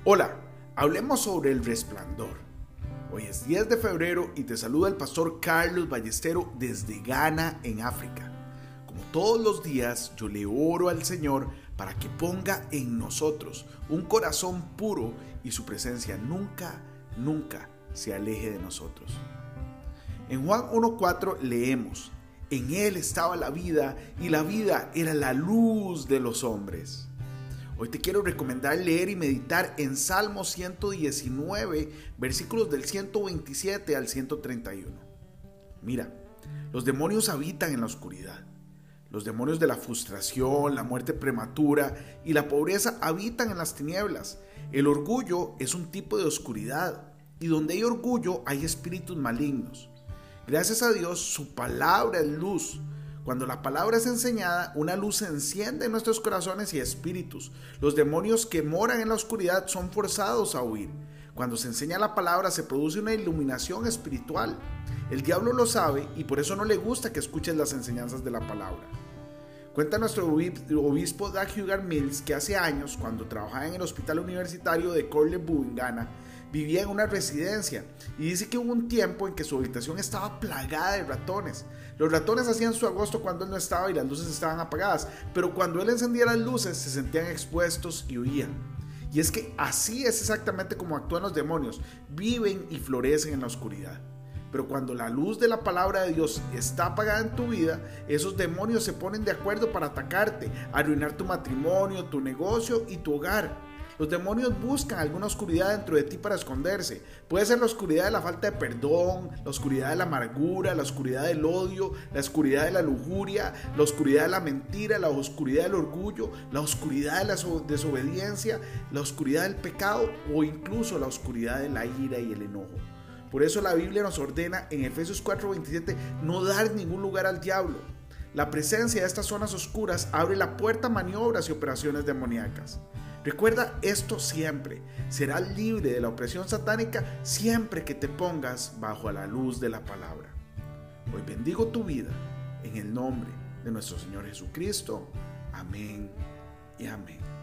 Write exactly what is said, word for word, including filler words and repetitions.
Hola, hablemos sobre el resplandor. Hoy es diez de febrero y te saluda el pastor Carlos Ballestero desde Ghana, en África. Como todos los días, yo le oro al Señor para que ponga en nosotros un corazón puro y su presencia nunca, nunca se aleje de nosotros. En Juan uno cuatro leemos: en él estaba la vida y la vida era la luz de los hombres. Hoy te quiero recomendar leer y meditar en Salmo ciento diecinueve, versículos del ciento veintisiete al ciento treinta y uno. Mira, los demonios habitan en la oscuridad. Los demonios de la frustración, la muerte prematura y la pobreza habitan en las tinieblas. El orgullo es un tipo de oscuridad, y donde hay orgullo hay espíritus malignos. Gracias a Dios, su palabra es luz. Cuando la palabra es enseñada, una luz se enciende en nuestros corazones y espíritus. Los demonios que moran en la oscuridad son forzados a huir. Cuando se enseña la palabra, se produce una iluminación espiritual. El diablo lo sabe y por eso no le gusta que escuches las enseñanzas de la palabra. Cuenta nuestro obispo Dag Heward-Mills que hace años, cuando trabajaba en el hospital universitario de Korle Bu en Ghana, vivía en una residencia y dice que hubo un tiempo en que su habitación estaba plagada de ratones. Los ratones hacían su agosto cuando él no estaba y las luces estaban apagadas, pero cuando él encendía las luces se sentían expuestos y huían. Y es que así es exactamente como actúan los demonios, viven y florecen en la oscuridad. Pero cuando la luz de la palabra de Dios está apagada en tu vida, esos demonios se ponen de acuerdo para atacarte, arruinar tu matrimonio, tu negocio y tu hogar. Los demonios buscan alguna oscuridad dentro de ti para esconderse. Puede ser la oscuridad de la falta de perdón, la oscuridad de la amargura, la oscuridad del odio, la oscuridad de la lujuria, la oscuridad de la mentira, la oscuridad del orgullo, la oscuridad de la desobediencia, la oscuridad del pecado o incluso la oscuridad de la ira y el enojo. Por eso la Biblia nos ordena en Efesios cuatro veintisiete no dar ningún lugar al diablo. La presencia de estas zonas oscuras abre la puerta a maniobras y operaciones demoníacas. Recuerda esto siempre: serás libre de la opresión satánica siempre que te pongas bajo la luz de la palabra. Hoy bendigo tu vida en el nombre de nuestro Señor Jesucristo. Amén y amén.